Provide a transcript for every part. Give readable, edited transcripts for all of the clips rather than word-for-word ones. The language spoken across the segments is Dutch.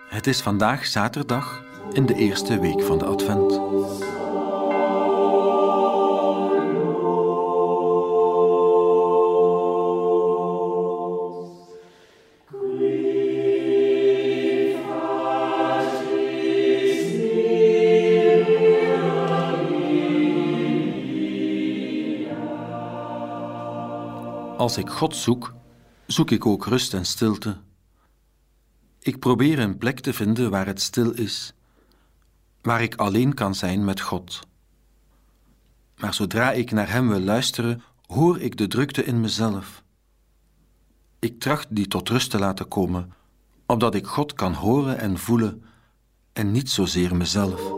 Het is vandaag zaterdag in de eerste week van de Advent. Als ik God zoek, zoek ik ook rust en stilte. Ik probeer een plek te vinden waar het stil is, waar ik alleen kan zijn met God. Maar zodra ik naar Hem wil luisteren, hoor ik de drukte in mezelf. Ik tracht die tot rust te laten komen, opdat ik God kan horen en voelen en niet zozeer mezelf.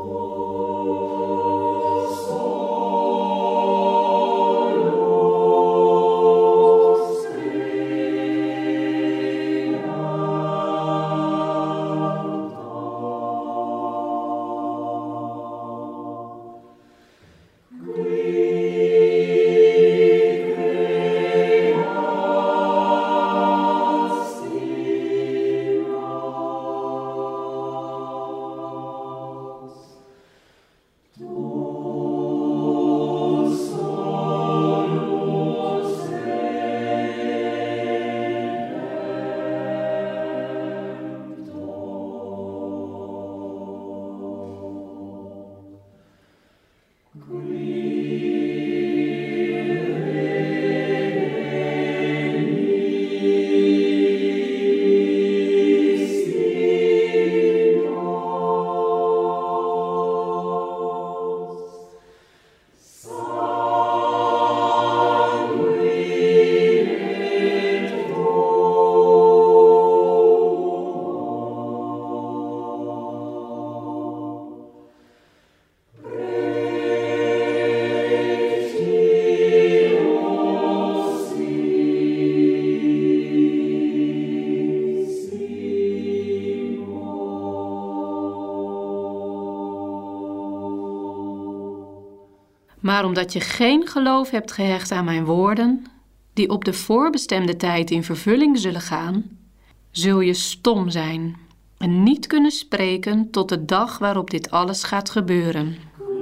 Maar omdat je geen geloof hebt gehecht aan mijn woorden, die op de voorbestemde tijd in vervulling zullen gaan, zul je stom zijn en niet kunnen spreken tot de dag waarop dit alles gaat gebeuren.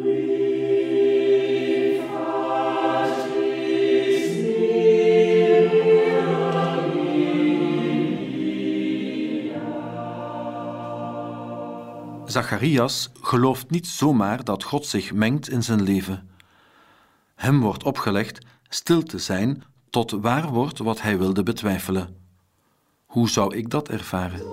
Zacharias gelooft niet zomaar dat God zich mengt in zijn leven. Hem wordt opgelegd stil te zijn tot waar wordt wat hij wilde betwijfelen. Hoe zou ik dat ervaren?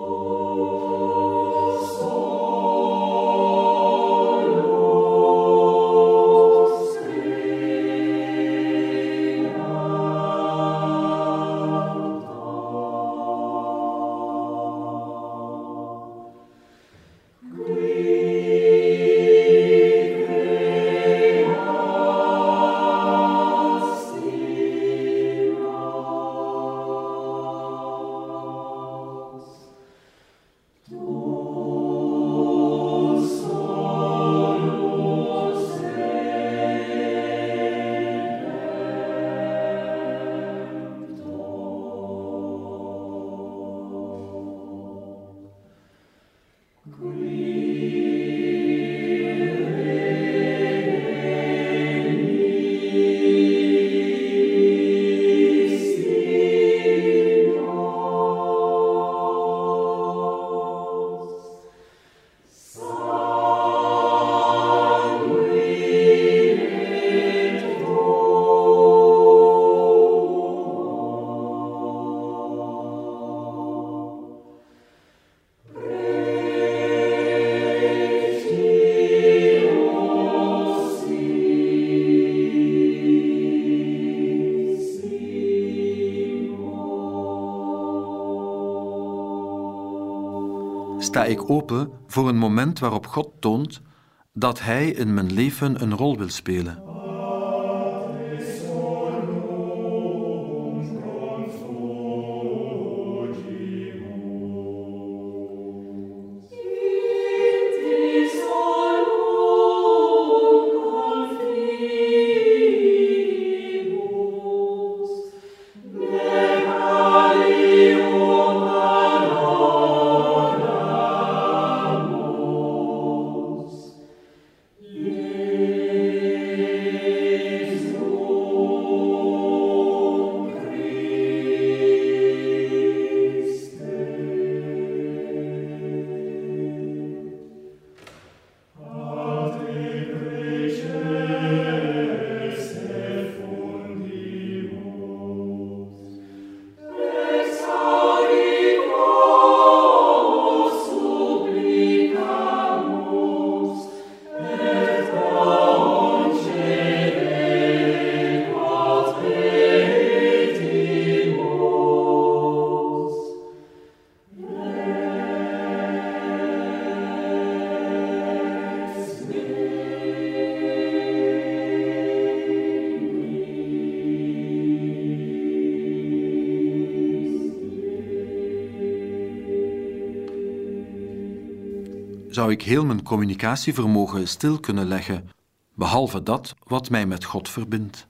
Sta ik open voor een moment waarop God toont dat Hij in mijn leven een rol wil spelen. zou ik heel mijn communicatievermogen stil kunnen leggen, behalve dat wat mij met God verbindt.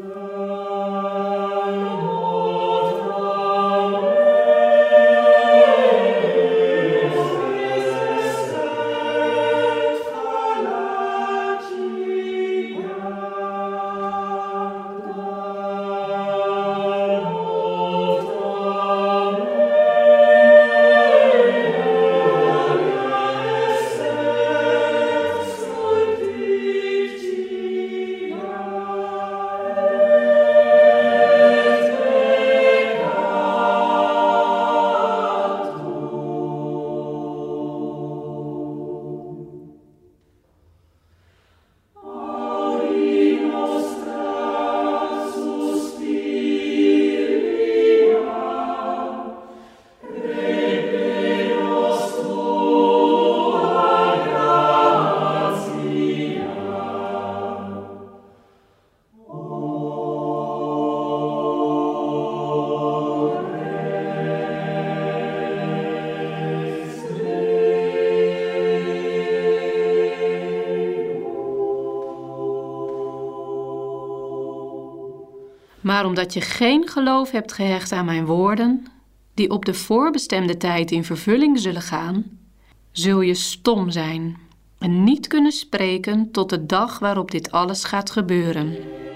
Maar omdat je geen geloof hebt gehecht aan mijn woorden, die op de voorbestemde tijd in vervulling zullen gaan, zul je stom zijn en niet kunnen spreken tot de dag waarop dit alles gaat gebeuren.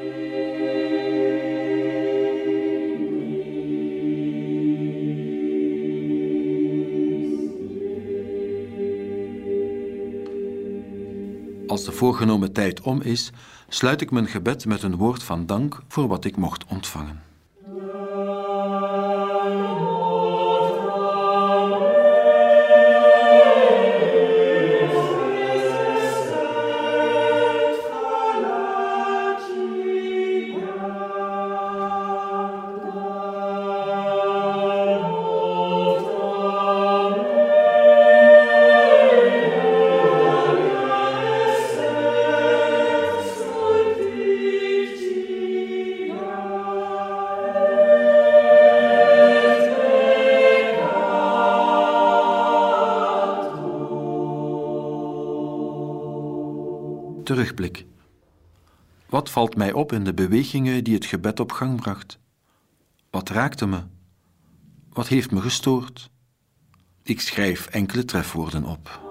Als de voorgenomen tijd om is, sluit ik mijn gebed met een woord van dank voor wat ik mocht ontvangen. Terugblik. Wat valt mij op in de bewegingen die het gebed op gang bracht? Wat raakte me? Wat heeft me gestoord? Ik schrijf enkele trefwoorden op.